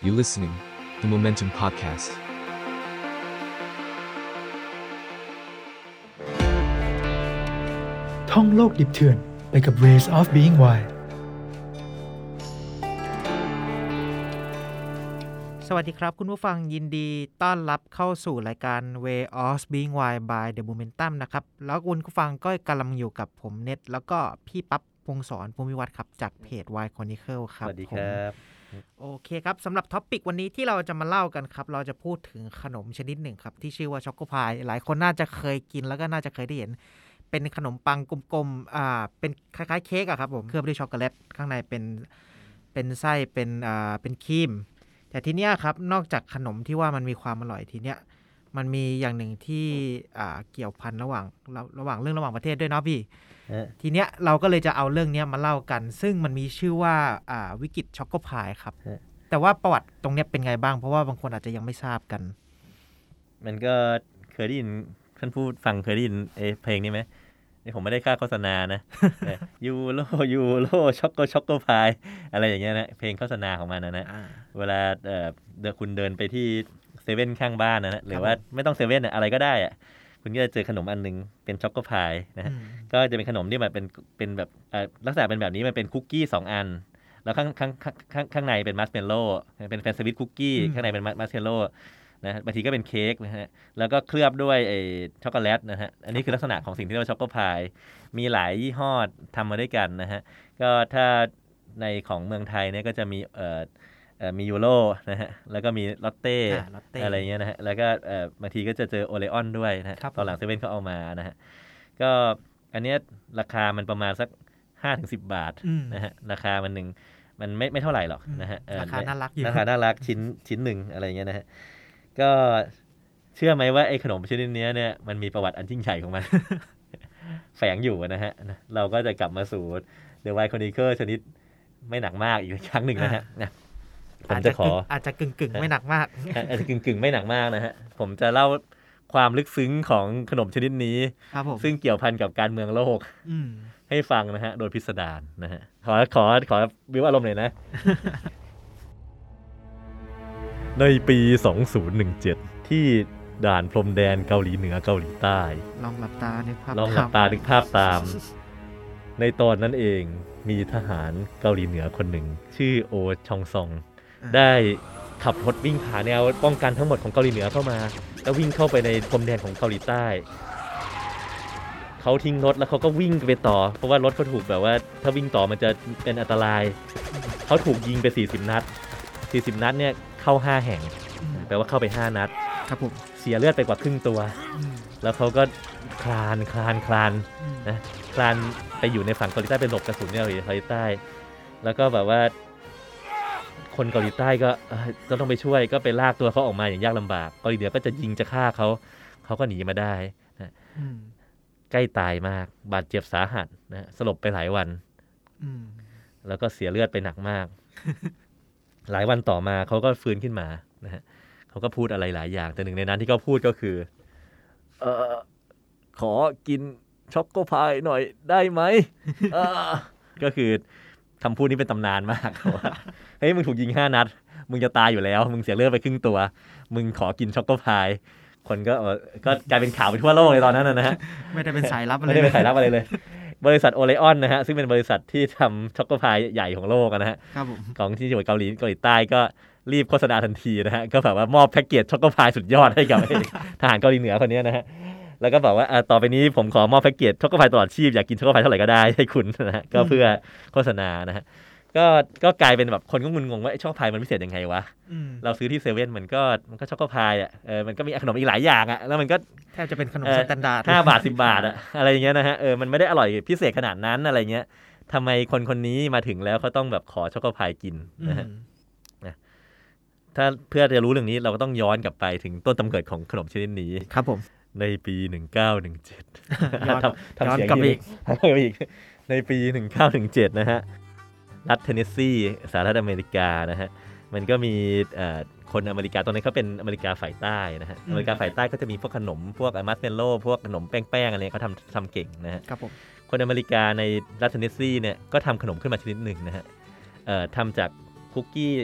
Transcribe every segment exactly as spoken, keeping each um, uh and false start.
You're listening The Momentum Podcast. ท่องโลกดิบเถื่อนไปกับ Ways of Being Wild สวัสดีครับคุณผู้ฟังยินดีต้อนรับเข้าสู่รายการ Way of Being Wild by The Momentum นะครับแล้วคุณผู้ฟังก็กำลังอยู่กับผมเน็ตแล้วก็พี่ปั๊บพงศรภูมิวัฒน์ครับจากเพจ Wild Chronicle ครับสวัสดีครับโอเคครับสำหรับท็อปิกวันนี้ที่เราจะมาเล่ากันครับเราจะพูดถึงขนมชนิดหนึ่งครับที่ชื่อว่าช็อกโกพายหลายคนน่าจะเคยกินแล้วก็น่าจะเคยได้เห็นเป็นขนมปังกลมๆอ่าเป็นคล้ายๆเค้กอะครับผมเคลือบด้วยช็อกโกแลตข้างในเป็นเป็นไส้เป็นอ่าเป็นครีมแต่ทีเนี้ยครับนอกจากขนมที่ว่ามันมีความอร่อยทีเนี้ยมันมีอย่างหนึ่งที่อ่าเกี่ยวพันระหว่างระหว่างเรื่องระหว่างประเทศด้วยเนาะพี่ทีเนี้ยเราก็เลยจะเอาเรื่องนี้มาเล่ากันซึ่งมันมีชื่อว่าอ่าวิกฤตช็อกโกพายครับแต่ว่าประวัติตรงเนี้ยเป็นไงบ้างเพราะว่าบางคนอาจจะยังไม่ทราบกันมันก็เคยได้ยินท่านผู้ฟังเคยได้ยินเอเพลงนี้ไหมนี่ผมไม่ได้ค่าโฆษณานะ ยูโรยูโรช็อกโกช็อกโกพายอะไรอย่างเงี้ยนะเพลงโฆษณาของมันนะนะเวลาเอ่อเดี๋ยวคุณเดินไปที่เซเว่นข้างบ้านนะนะหรือว่าไม่ต้องเซเว่นอะไรก็ได้อะคุณก็จะเจอขนมอันนึงเป็นช็อกโกพายนะฮะก็จะเป็นขนมที่แบบเป็นเป็นแบบลักษณะเป็นแบบนี้มันเป็นคุกกี้สองอันแล้วข้างข้างข้างข้างในเป็นมัชเมลโล่เป็นแซนด์วิชคุกกี้ข้างในเป็นมัชเมลโล่นะบางทีก็เป็นเค้กนะฮะแล้วก็เคลือบด้วยไอ้ช็อกโกแลตนะฮะอันนี้คือลักษณะของสิ่งที่เรียกว่าช็อกโกพายมีหลายยี่ห้อทำมาด้วยกันนะฮะก็ถ้าในของเมืองไทยเนี่ยก็จะมีเอ่อมียูโรนะฮะแล้วก็มีลอตเต้อะไรเงี้ยนะฮะแล้วก็บางทีก็จะเจอโอเลออนด้วยนะฮะตอนหลังเซเว่นเขาเอามานะฮะก็อันเนี้ยราคามันประมาณสัก ห้าถึงสิบ บาทนะฮะราคามันหนึ่งมันไม่ไม่เท่าไหร่หรอกนะฮะราคาน่ารักอยู่ราคาน่ารักชิ้นชิ้นหนึ่งอะไรเงี้ยนะฮะก็เชื่อไหมว่าไอ้ขนมชนิดนี้เนี่ยมันมีประวัติอันยิ่งใหญ่ของมัน แฝงอยู่นะฮะเราก็จะกลับมาสู่ The Wild Chronicle ชนิดไม่หนักมากอีกครั้งหนึ่งนะฮะผมจะขออาจจะกึ่งๆไม่หนักมากอาจจะกึ่งๆไม่หนักมากนะฮะผมจะเล่าความลึกซึ้งของขนมชนิดนี้ซึ่งเกี่ยวพันกับการเมืองโลกให้ฟังนะฮะโดยพิสดารนะฮะขอขอขอวิวอารมณ์หน่อยนะ ในปีสองพันสิบเจ็ดที่ด่านพรมแดนเกาหลีเหนือเกาหลีใต้ลองหลับตานึกภาพลองหลับตานึกภาพตามในตอนนั้นเองมีทหารเกาหลีเหนือคนหนึ่งชื่อโอชองซองได้ขับรถวิ่งผ่านแนวป้องกันทั้งหมดของเกาหลีเหนือเข้ามาแล้ววิ่งเข้าไปในพรมแดนของเกาหลีใต้เขาทิ้งรถแล้วเขาก็วิ่งไปต่อเพราะว่ารถเขาถูกแบบว่าถ้าวิ่งต่อมันจะเป็นอันตรายเขาถูกยิงไปสี่สิบนัดสี่สิบนัดเนี่ยเข้าห้าแห่งแปลว่าเข้าไปห้านัดครับผมเสียเลือดไปกว่าครึ่งตัวแล้วเขาก็คลานคลานคลานนะคลานไปอยู่ในฝั่งเกาหลีใต้เป็นหลบกระสุนในเกาหลีใต้แล้วก็แบบว่าคนเกาหลีใต้ก็จะต้องไปช่วยก็ไปลากตัวเขาออกมาอย่างยากลำบากเกาหลีเหนือก็จะยิงจะฆ่าเขาเขาก็หนีมาได้นะใกล้ตายมากบาดเจ็บสาหัสนะสลบไปหลายวันแล้วก็เสียเลือดไปหนักมาก หลายวันต่อมาเขาก็ฟื้นขึ้นมานะฮะเขาก็พูดอะไรหลายอย่างแต่หนึ่งในนั้นที่เขาพูดก็คือเออขอกินช็อกโกพายหน่อยได้ไหม ก็คือคำพูดนี้เป็นตำนานมากว่าเฮ้ยมึงถูกยิงห้านัดมึงจะตายอยู่แล้วมึงเสียเลือดไปครึ่งตัวมึงขอกินช็อกโกพายคนก็ก็กลายเป็นข่าวไปทั่วโลกเลยตอนนั้นนะฮะไม่ได้เป็นสายลับอะไรไม่ได้เป็นสายลับอะไรเลยบริษัทโอเลออนนะฮะซึ่งเป็นบริษัทที่ทำช็อกโกพายใหญ่ของโลกนะฮะของที่อยู่เกาหลีเกาหลีใต้ก็รีบโฆษณาทันทีนะฮะก็แบบว่ามอบแพ็กเกจช็อกโกพายสุดยอดให้กับ ทหารเกาหลีเหนือคนนี้นะฮะแล้วก็บอกว่าต่อไปนี้ผมขอมอบแพ็กเกจช็อกโกพายตลอดชีพอยากกินช็อกโกพายเท่าไหร่ก็ได้ให้คุณนะฮะก็เพื่อโฆษณานะฮะก็ก็กลายเป็นแบบคนก็งงๆว่าไอ้ช็อกโกพายมันพิเศษยังไงวะเราซื้อที่เซเว่นมันก็มันก็ช็อกโกพายอ่ะเออมันก็มีขนมอีกหลายอย่างอ่ะแล้วมันก็แทบจะเป็นขนมสแตนดาร์ดห้าบาทสิบบาทอ่ะอะไรอย่างเงี้ยนะฮะเออมันไม่ได้อร่อยพิเศษขนาดนั้นอะไรเงี้ยทำไมคนคนนี้มาถึงแล้วเขาต้องแบบขอช็อกโกพายกินนะฮะถ้าเพื่อจะรู้เรื่องนี้เราก็ต้องย้อนกลับไปถึงต้นกำเนิดของขนมชนิดนี้ครับผมในปีหนึ่งพันเก้าร้อยสิบเจ็ดทำทำเสียงอีกอีกในปีหนึ่งพันเก้าร้อยสิบเจ็ดนะฮะรัฐเทนเนสซีสหรัฐอเมริกานะฮะมันก็มีคนอเมริกาตอนนั้นเขาเป็นอเมริกาฝ่ายใต้นะฮะอเมริกาฝ่ายใต้ก็จะมีพวกขนมพวกมัชเมลโล่พวกขนมแป้งๆอะไรเขาทำทำเก่งนะฮะครับผมคนอเมริกาในรัฐเทนเนสซีเนี่ยก็ทำขนมขึ้นมาชนิดหนึ่งนะฮะทำจากคุกกี้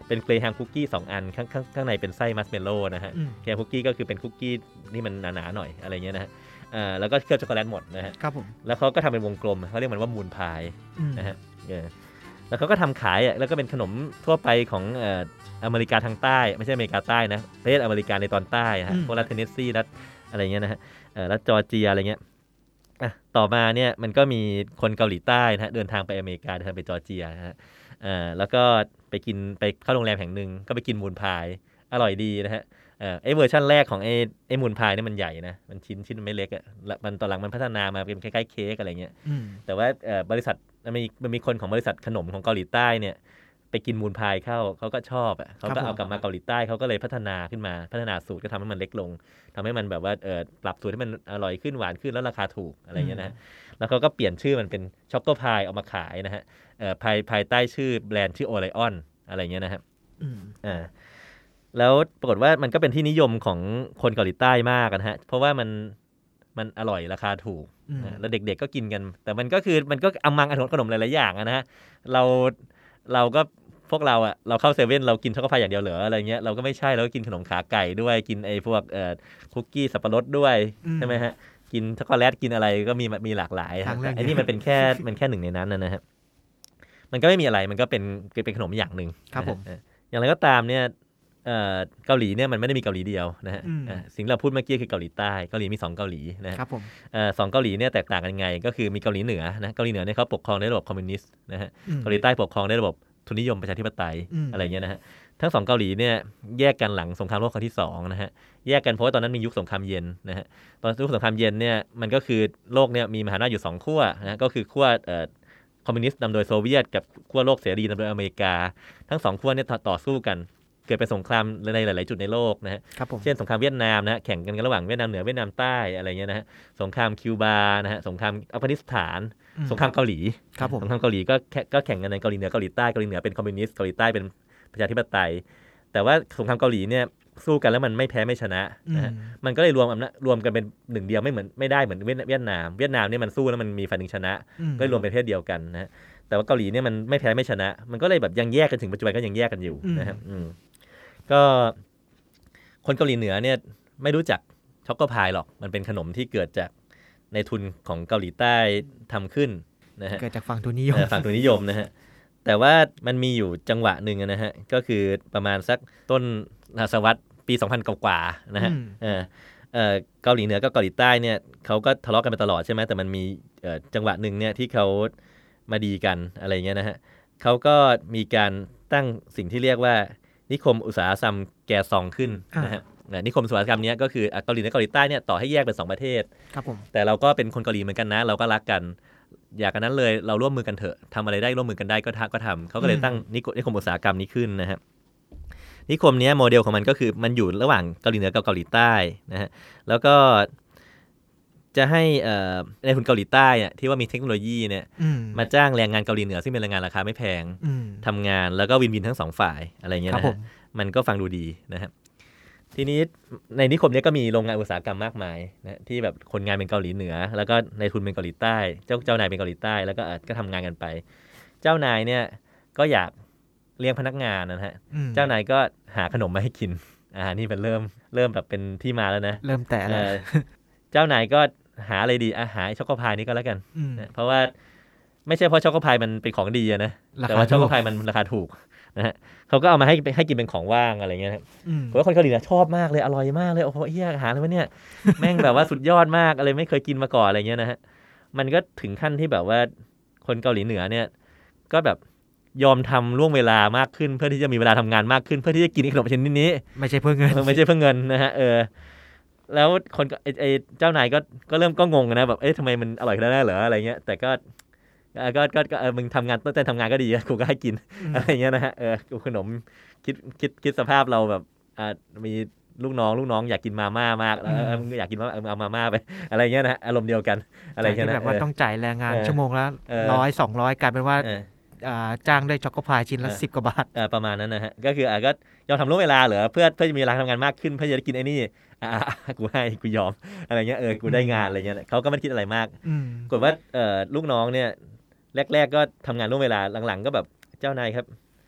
เป็นเกรย์แฮมคุกกี้สองอันข้างข้างข้างในเป็นไส้มัชเมลโล่นะฮะอืมเกรย์แฮมคุกกี้ก็คือเป็นคุกกี้ที่มันหนาๆหน่อยอะไรเงี้ยนะฮะอ่าแล้วก็เคลือบช็อกโกแลตหมดนะฮะครับผมแล้วเขาก็ทำเป็นวงกลมเขาเรียกมันว่ามูนพายอืมนะฮะเออแล้วเขาก็ทำขายอ่ะแล้วก็เป็นขนมทั่วไปของเอ่ออเมริกาทางใต้ไม่ใช่อเมริกาใต้นะประเทศอเมริกาในตอนใต้ฮะพวกรัฐเทนเนสซีรัฐอะไรเงี้ยนะฮะเอ่อรัฐจอร์เจียอะไรเงี้ยอ่ะต่อมาเนี่ยมันก็มีคนเกาหลีใต้นะฮะเดินทางไปอเมริกาเดินทางไปจอร์เจียนะฮะอ่าแล้วก็ไปกินไปเข้าโรงแรมแห่งหนึ่งก็ไปกินมูนพายอร่อยดีนะฮะเอ่อไอ้เวอร์ชันแรกของไอ้ไอ้มูนพายเนี่ยมันใหญ่นะมันชิ้นชิ้นไม่เล็กอ่ะแล้วมันตอนหลังมันพัฒนามาเป็นคล้ายๆเค้กอะไรเงี้ยอืมแต่ว่าเอ่อบริษัทมันมีมันมีคนของบริษัทขนมของเกาหลีใต้เนี่ยไปกินมูนพายเข้าเขาก็ชอบอ่ะเขาก็เอากลับมาเกาหลีใต้เขาก็เลยพัฒนาขึ้นมาพัฒนาสูตรก็ทำให้มันเล็กลงทำให้มันแบบว่าเออปรับสูตรให้มันอร่อยขึ้นหวานขึ้นแล้วราคาถูกอะไรเงี้ยนะฮะแล้วเขาก็เปลี่ยนชื่อมันเป็นช็อกโกพายออกมาขายนะฮะเอ่อภายภายใต้ชื่อแบรนด์ชื่อโอไลออนอะไรเงี้ยนะฮะอืมอ่าแล้วปรากฏว่ามันก็เป็นที่นิยมของคนเกาหลีใต้มากนะฮะเพราะว่ามันมันอร่อยราคาถูกอืมนะแล้วเด็กๆก็กินกัน แต่มันก็คือมันก็อมังอร่อยขนมหลายๆอย่างอะนะฮะเราเราก็พวกเราอะเราเข้าเซเว่นเรากินช็อกโกพายอย่างเดียวเหรออะไรเงี้ยเราก็ไม่ใช่เราก็กินขนมขาไก่ด้วยกินไอ้พวกเอ่อคุกกี้สับปะรดด้วยใช่ไหมฮะกินช็อกโกแลตกินอะไรก็มีมีหลากหลายฮะแต่ไอ้นี่มันเป็นแค่มันแค่หนึ่งในนั้นนะฮะมันก็ไม่มีอะไรมันก็เป็นเป็นขนมอย่างหนึ่งครับผมนะฮะอย่างไรก็ตามเนี่ยเอ่อเกาหลีเนี่ยมันไม่ได้มีเกาหลีเดียวนะฮะอืมอ่าสิ่งที่เราพูดเมื่อกี้คือเกาหลีใต้เกาหลีมีสองเกาหลีนะฮะครับผมเอ่อสองเกาหลีเนี่ยแตกต่างกันยังไงก็คือมีเกาหลีเหนือนะเกาหลีเหนือเนี่ยเขาปกครองในระบบคอมมิวนิสต์นะฮะอืมเกาหลีใต้ปกครองในระบบทุนนิยมประชาธิปไตยอืมอะไรเงี้ยนะฮะทั้งสองเกาหลีเนี่ยแยกกันหลังสงครามโลกครั้งที่สองนะฮะแยกกันเพราะว่าตอนนั้นมียุคสงครามเย็นนะฮะตอนยุคสงครามเย็นเนี่ยมันก็คือโลกเนี่ยมีมหาอำนาจอยู่สองขั้วนะฮะก็คือขั้วเอ่อคอมมิวนิสต์นำโดยโซเวียตกับขั้วโลกเสรีนำโดยอเมริกาทั้งสองขั้วเนี่ยต่อสู้กันเกิดเป็นสงครามในหลายๆจุดในโลกนะฮะครับผมเช่นสงครามเวียดนามนะฮะแข่งกันระหว่างเวียดนามเหนือเวียดนามใต้อะไรเงี้ยนะฮะสงครามคิวบานะฮะสงครามอัฟกานิสถานอืมสงครามเกาหลีครับผมสงครามเกาหลีก็แข่ก็แข่งกันในเกาหลีเหนือเกาหลีใต้เกาหลีเหนือเป็นคอมมิวนิสต์เกาหลีใต้เป็นประชาธิปไตยแต่ว่าสงครามเกาหลีเนี่ยสู้กันแล้วมันไม่แพ้ไม่ชนะนะฮะอืมมันก็เลยรวมอำนาจรวมกันเป็นหนึ่งเดียวไม่เหมือนไม่ได้เหมือนเวียดเวียดนามเวียดนามเนี่ยมันสู้แล้วมันมีฝ่ายหนึ่งชนะอืมก็รวมเป็นประเทศเดียวกันนะฮะแต่ว่าเกาหลีเนี่ยมันไม่แพ้ไม่ชนะ มันก็เลยแบบยังแยกกันถึงปัจจุบันก็ยังแยกกันอยู่นะครับอืมก็คนเกาหลีเหนือเนี่ยไม่รู้จักช็อกโกพายหรอกมันเป็นขนมที่เกิดจากในทุนของเกาหลีใต้ทำขึ้นนะฮะเกิดจากฝั่งทุนนิยมเอ่อฝั่งทุนนิยมนะฮะแต่ว่ามันมีอยู่จังหวะหนึ่งนะฮะก็คือประมาณสักต้นศตวรรษปีสองพันกว่าๆนะฮะอืมเออเอ่อเกาหลีเหนือกับเกาหลีใต้เนี่ยเขาก็ทะเลาะกันมาตลอดใช่ไหมแต่มันมีเอ่อจังหวะหนึ่งเนี่ยที่เขามาดีกันอะไรเงี้ยนะฮะเขาก็มีการตั้งสิ่งที่เรียกว่านิคมอุตสาหกรรมแกซองขึ้นนะฮะเอ่อนิคมอุตสาหกรรมเนี้ยก็คืออ่ะเกาหลีเหนือเกาหลีใต้เนี่ยต่อให้แยกเป็นสองประเทศครับผมแต่เราก็เป็นคนเกาหลีเหมือนกันนะเราก็รักกันอยากกันนั้นเลยเราร่วมมือกันเถอะทำอะไรได้ร่วมมือกันได้ก็ทำก็ทำเขาก็เลยตั้งนิคมนิคมอุตสาหกรรมนี้ขึ้นนะฮะนิคมนี้โมเดลของมันก็คือมันอยู่ระหว่างเกาหลีเหนือกับเกาหลีใต้นะฮะแล้วก็จะให้ในทุนเกาหลีใต้เนี่ยที่ว่ามีเทคโนโลยีเนี่ยอืมมาจ้างแรงงานเกาหลีเหนือซึ่งเป็นแรงงานราคาไม่แพงอืมทำงานแล้วก็วินวินทั้งสองฝ่ายอะไรเงี้ยครับนะผฮะมมันก็ฟังดูดีนะครับทีนี้ในนิคมนี้ก็มีโรงงานอุตสาหกรรมมากมายนะที่แบบคนงานเป็นเกาหลีเหนือแล้วก็ในทุนเป็นเกาหลีใต้เจ้าเจ้านายเป็นเกาหลีใต้แล้วก็อาจก็ทำงานกันไป เจ้านายเนี่ยก็อยากเลี้ยงพนักงานนะฮะอืมเจ้านายก็หาขนมมาให้กินอ่านี่เป็นเริ่มเริ่มแบบเป็นที่มาแล้วนะเริ่มแตะเอแล้วอเจ้านายก็หาอะไรดีอ่ะหาช็อกโกพายนี้ก็แล้วกันอืมนะเพราะว่าไม่ใช่เพราะช็อกโกพายมันเป็นของดีอะนะราคาแต่ว่าช็อกโกถูกพายมันราคาถูกนะฮะเขาก็เอามาให้ให้กินเป็นของว่างอะไรเงี้ยนะครับอืมผมว่าคนเกาหลีเนี่ยชอบมากเลยอร่อยมากเลยโอ้โหเฮียอาหารอะไรวะเนี่ย แม่งแบบว่าสุดยอดมากอะไรไม่เคยกินมาก่อนอะไรเงี้ยนะฮะมันก็ถึงขั้นที่แบบว่าคนเกาหลีเหนือเนี่ยก็แบบยอมทำล่วงเวลามากขึ้นเพื่อที่จะมีเวลาทำงานมากขึ้นเพื่อที่จะกินขนมชนิดนี้ไม่ใช่เพื่อเงินเออไม่ใช่เพื่อเงินนะฮะเออแล้วคนก็ไอ้ไอ้เจ้านายก็ก็เริ่มก็งงนะแบบเอ๊ะทำไมมันอร่อยขนาดนั้นเหรออะไรเงี้ยแต่ก็เออก็ก็ก็เออมึงทำงานตั้งใจทำงานก็ดีอะกูก็ให้กินอืมอะไรเงี้ยนะฮะเออกูขนมคิดคิดคิดสภาพเราแบบอ่ามีลูกน้องลูกน้องอยากกินมาม่ามากแล้วเออเออมึงอยากกินมาเออเอามาม่าไปอะไรเงี้ยนะฮะอารมณ์เดียวกันอะไรจากเงี้ยที่นะแบบว่าเออต้องจ่ายแรงงานเออชั่วโมงละเออร้อยสองร้อยกลายเป็นว่าเอออ่าจ้างด้วยช็อกโกพายชิ้นละเออสิบกว่าบาทเอ่อประมาณนั้นนะฮะก็คืออ่ะก็ยอมทำล่วงเวลาเหรอเพื่อเพื่อจะมีเวลาทำงานมากขึ้นเพื่อจะได้กินไอ้นี่อ่ะอ่ะกูให้กูยอมอะไรเงี้ยเออกูได้งานอะไรเงี้ยเขาก็ไม่ได้คิดอะไรมากอืมกดว่าเอ่อลูกน้องเนี่ยแรกๆก็ทำงานล่วงเวลาหลังๆก็แบบเจ้านายครับ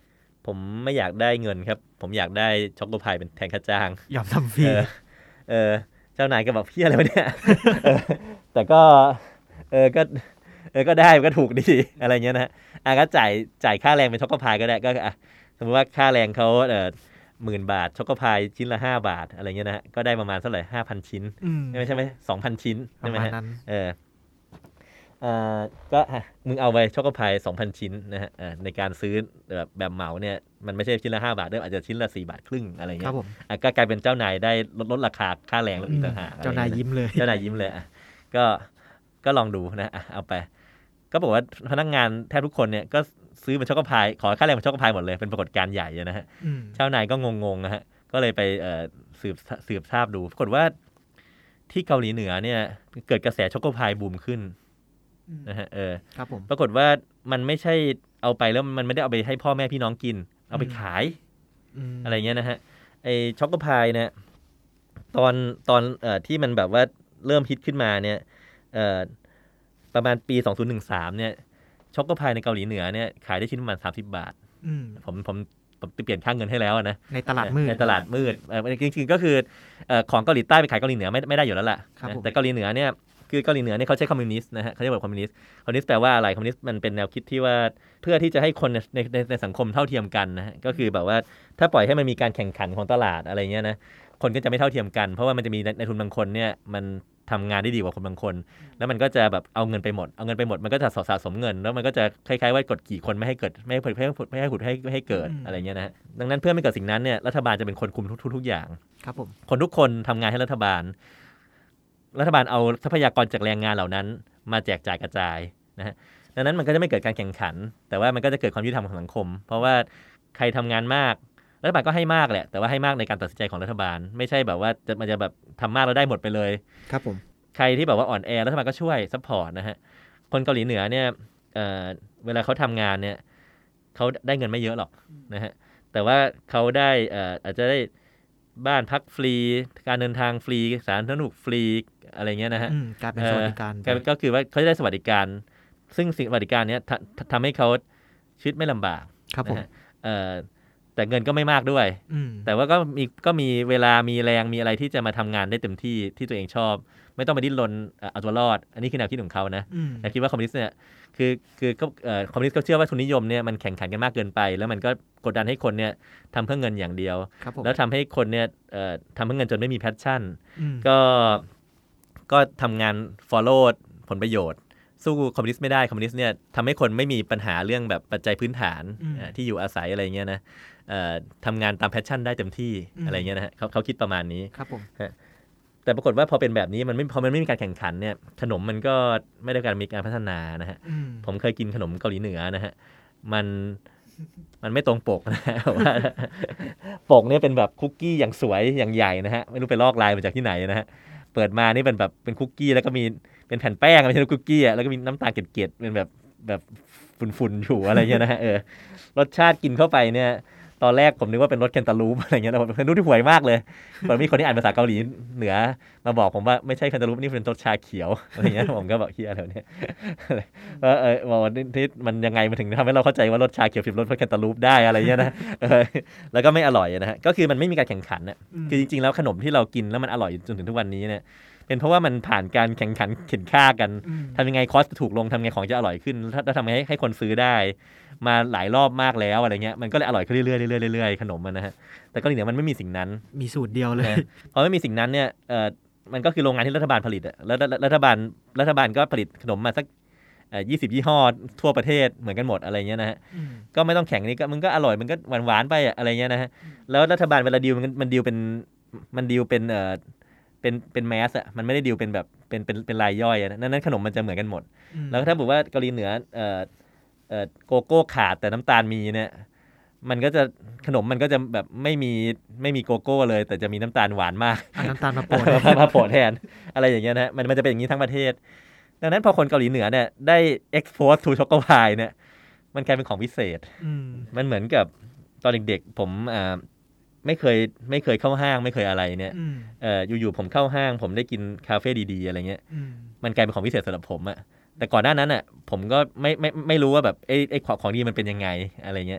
ผมไม่อยากได้เงินครับผมอยากได้ช็อกโกพายเป็นแทนค่าจ้างยอมทำฟรีเออเออเจ้านายก็บอกพี่อะไรวะเนี่ย เออแต่ก็เออก็เออก็ได้ก็ถูกดีอะไรเงี้ยนะอ่ะก็จ่ายจ่ายค่าแรงเป็นช็อกโกพายก็ได้ก็อ่ะสมมติว่าค่าแรงเขาเออหมื่นบาทช็อกโกพายชิ้นละห้าบาทอะไรเงี้ยนะฮะก็ได้ประมาณเท่าไหร่ห้าพันชิ้นใช่ไหมสองพันชิ้นใช่ไหมฮะเอออ่าก็มึงเอาไปช็อกโกพายสองพันชิ้นนะฮะในการซื้อแบบแบบเหมาเนี่ยมันไม่ใช่ชิ้นละห้าบาทด้วยอาจจะชิ้นละสี่บาทครึ่งอะไรเงี้ยอ่ะก็กลายเป็นเจ้านายได้ลดลดราคาค่าแรงลงอีกต่างหากเจ้านายยิ้มเลยเจ้านายยิ้มเลยอ่ะก็ก็ลองดูนะอ่ะเอาไปก็บอกว่าพนักงานแทบทุกคนเนี่ยก็ซื้อเป็นช็อกโกพายขอค่าแรงเป็นช็อกโกพายหมดเลยเป็นปรากฏการณ์ใหญ่นะฮะเจ้านายก็งงๆนะฮะก็เลยไปเอ่อสืบสืบทราบดูปรากฏว่าที่เกาหลีเหนือเนี่ยเกิดกระแสช็อกโกพายบูมขึ้นนะฮะเออครับผมปรากฏว่ามันไม่ใช่เอาไปแล้วมันไม่ได้เอาไปให้พ่อแม่พี่น้องกินเอาไปขายอะไรเงี้ยนะฮะไอช็อกโกพายเนี่ยตอนตอนเอ่อที่มันแบบว่าเริ่มฮิตขึ้นมาเนี่ยเอ่อประมาณปีสองพันสิบสามเนี่ยช็อกโกพายในเกาหลีเหนือเนี่ยขายได้ชิ้นประมาณสามสิบบาทผมผมผมเปลี่ยนค่าเงินให้แล้วนะในตลาดมืดในตลาดมืดเออจริงๆก็คือเอ่อของเกาหลีใต้ไปขายเกาหลีเหนือไม่ไม่ได้อยู่แล้วล่ะแต่เกาหลีเหนือเนี่ยคือเกาหลีเหนือเนี่ยเขาใช้คอมมิวนิสต์นะฮะเขาเรียกว่าคอมมิวนิสต์คอมมิวนิสต์แปลว่าอะไรคอมมิวนิสต์มันเป็นแนวคิดที่ว่าเพื่อที่จะให้คนในในในสังคมเท่าเทียมกันนะฮะก็คือแบบว่าถ้าปล่อยให้มันมีการแข่งขันของตลาดอะไรเงี้ยนะคนก็จะไม่เท่าเทียมกันเพราะว่ามันจะมีในทุนบางคนเนี่ยมันทำงานได้ดีกว่าคนบางคนแล้วมันก็จะแบบเอาเงินไปหมดเอาเงินไปหมดมันก็จะสะสมเงินแล้วมันก็จะคล้ายๆว่ากดขี่คนไม่ให้เกิดไม่ให้ผุดไม่ให้ผุดไม่ให้ผุดให้ให้เกิดอะไรเงี้ยนะฮะดังนั้นเพื่อไม่เกิดสิ่งนั้นเนี่ยรัฐบาลจะเป็นคนคุมทุกทุกอย่างครับผมคนทุกคนทำงานให้รัฐบาลรัฐบาลเอาทรัพยากรจากแรงงานเหล่านั้นมาแจกจ่ายกระจายนะฮะดังนั้นมันก็จะไม่เกิดการแข่งขันแต่ว่ามันก็จะเกิดความยุติธรรมของสังคมเพราะว่าใครทำงานมากรัฐบาลก็ให้มากแหละแต่ว่าให้มากในการตัดสินใจของรัฐบาลไม่ใช่แบบว่าจะมันจะแบบทำมากแล้วได้หมดไปเลยครับผมใครที่แบบว่าอ่อนแอรัฐบาลก็ช่วยซัพพอร์ตนะฮะคนเกาหลีเหนือเนี่ย เอ่อ เวลาเขาทำงานเนี่ยเขาได้เงินไม่เยอะหรอกนะฮะแต่ว่าเขาได้เอ่ออาจจะได้บ้านพักฟรีการเดินทางฟรีสาธารณสุขฟรีอะไรเงี้ยนะฮะการเป็นสวัสดิการก็คือว่าเขาได้สวัสดิการซึ่งสิ่งสวัสดิการเนี้ยทำให้เขาชีวิตไม่ลำบากครับผมแต่เงินก็ไม่มากด้วยแต่ว่าก็มีก็มีเวลามีแรงมีอะไรที่จะมาทำงานได้เต็มที่ที่ตัวเองชอบไม่ต้องไปดิ้นรนเอาตัวรอดอันนี้คือแนวคิดของเขานะแต่คิดว่าคอมมิวนิสต์เนี่ยคือคือก็คอมมิวนิสต์ก็เชื่อว่าทุนนิยมเนี่ยมันแข่งขันกันมากเกินไปแล้วมันก็กดดันให้คนเนี่ยทำเพื่อเงินอย่างเดียวแล้วทำให้คนเนี่ยทำเพื่อเงินจนไม่มีแพชชั่นก็ก็ทำงาน follow ผลประโยชน์สู้คอมมิวนิสต์ไม่ได้คอมมิวนิสต์เนี่ยทำให้คนไม่มีปัญหาเรื่องแบบปัจจัยพื้นฐานที่อยู่อาศัยอะไรเงี้ยนะทำงานตามแพชชั่นได้เต็มที่อะไรเงี้ยนะฮะเขาเขาคิดประมาณนี้ครับผมแต่ปรากฏว่าพอเป็นแบบนี้มันไม่พอมันไม่มีการแข่งขันเนี่ยขนมมันก็ไม่ได้การมีการพัฒนานะฮะผมเคยกินขนมเกาหลีเหนือนะฮะมันมันไม่ตรงปกนะว่าปกเนี่ยเป็นแบบคุกกี้อย่างสวยอย่างใหญ่นะฮะไม่รู้ไปลอกลายมาจากที่ไหนนะฮะเปิดมานี่เป็นแบบเป็นคุกกี้แล้วก็มีเป็นแผ่นแป้งไม่ใช่คุกกี้อ่ะแล้วก็มีน้ำตาลเกล็ดๆเป็นแบบแบบฝุ่นๆอยู่อะไรเงี้ยนะฮะเออรสชาติกินเข้าไปเนี่ยตอนแรกผมนึกว่าเป็นรสแคนตาลูปอะไรเงี้ยแต่เป็นรสที่ห่วยมากเลยตอนมีคนที่อ่านภาษาเกาหลีเหนือมาบอกผมว่าไม่ใช่แคนตาลูปนี่เป็นรสชาเขียวอะไรเงี้ยผมก็บอกเฮียอะไรเนี่ยว่าเออบอกว่าที่มันยังไงมันถึงทำให้เราเข้าใจว่ารสชาเขียวผิดรสแคนตาลูปได้อะไรเงี้ยนะเออแล้วก็ไม่อร่อยนะฮะก็คือมันไม่มีการแข่งขันนะคือจริงๆแล้วขนมที่เรากินแล้วมันอร่อยจนถึงทุกวันนี้เนี่ยเป็นเพราะว่ามันผ่านการแข่งขันเข็นฆ่ากันทำยังไงคอสถูกลงทำยังไงของจะอร่อยขึ้นแล้วทำยังไงให้คนซื้อได้มาหลายรอบมากแล้วอะไรเงี้ยมันก็เลยอร่อยขึ้นเรื่อยๆเรื่อยๆเรื่อยๆขนมมันนะฮะแต่เกาหลีเหนือมันไม่มีสิ่งนั้นมีสูตรเดียวเลยพอไม่มีสิ่งนั้นเนี่ยเออมันก็คือโรงงานที่รัฐบาลผลิตอ่ะแล้วรัฐบาลรัฐบาลก็ผลิตขนมมาสักเอ่อยี่สิบยี่ห้อทั่วประเทศเหมือนกันหมดอะไรเงี้ยนะฮะก็ไม่ต้องแข่งนี่ก็มันก็อร่อยมันก็หวานๆไปอะไรเงี้ยนะฮะแล้วรัฐบาลเวลาดีลมันมันดีลเป็นมันดีลเป็นเอ่อเป็นเป็นแมสอ่ะมันไม่ได้ดีลเป็นแบบเป็นเป็นเป็นรายย่อยอ่ะนั้นนั้นขนมมันจะเหมือนกันหมดแล้วถ้าบอกว่าเกาหลีเหนือเอ่อเอ่อโกโก้ขาดแต่น้ำตาลมีเนี่ยมันก็จะขนมมันก็จะแบบไม่มีไม่มีโกโก้เลยแต่จะมีน้ำตาลหวานมากน้ำตาลมาโปะมาโปะแทนอะไรอย่างเงี้ยนะมันมันจะเป็นอย่างนี้ทั้งประเทศดังนั้นพอคนเกาหลีเหนือเนี่ยได้ expose to ช็อกโกพายเนี่ยมันกลายเป็นของพิเศษมันเหมือนกับตอนเด็กๆผมอ่าไม่เคยไม่เคยเข้าห้างไม่เคยอะไรเนี่ยเอ่ออยู่ๆผมเข้าห้างผมได้กินคาเฟ่ดีๆอะไรเงี้ยมันกลายเป็นของพิเศษสำหรับผมอะแต่ก่อนหน้านั้นอ่ะผมก็ไม่ไม่ไม่รู้ว่าแบบไอ้ไอ้ของของดีมันเป็นยังไงอะไรเงี้ย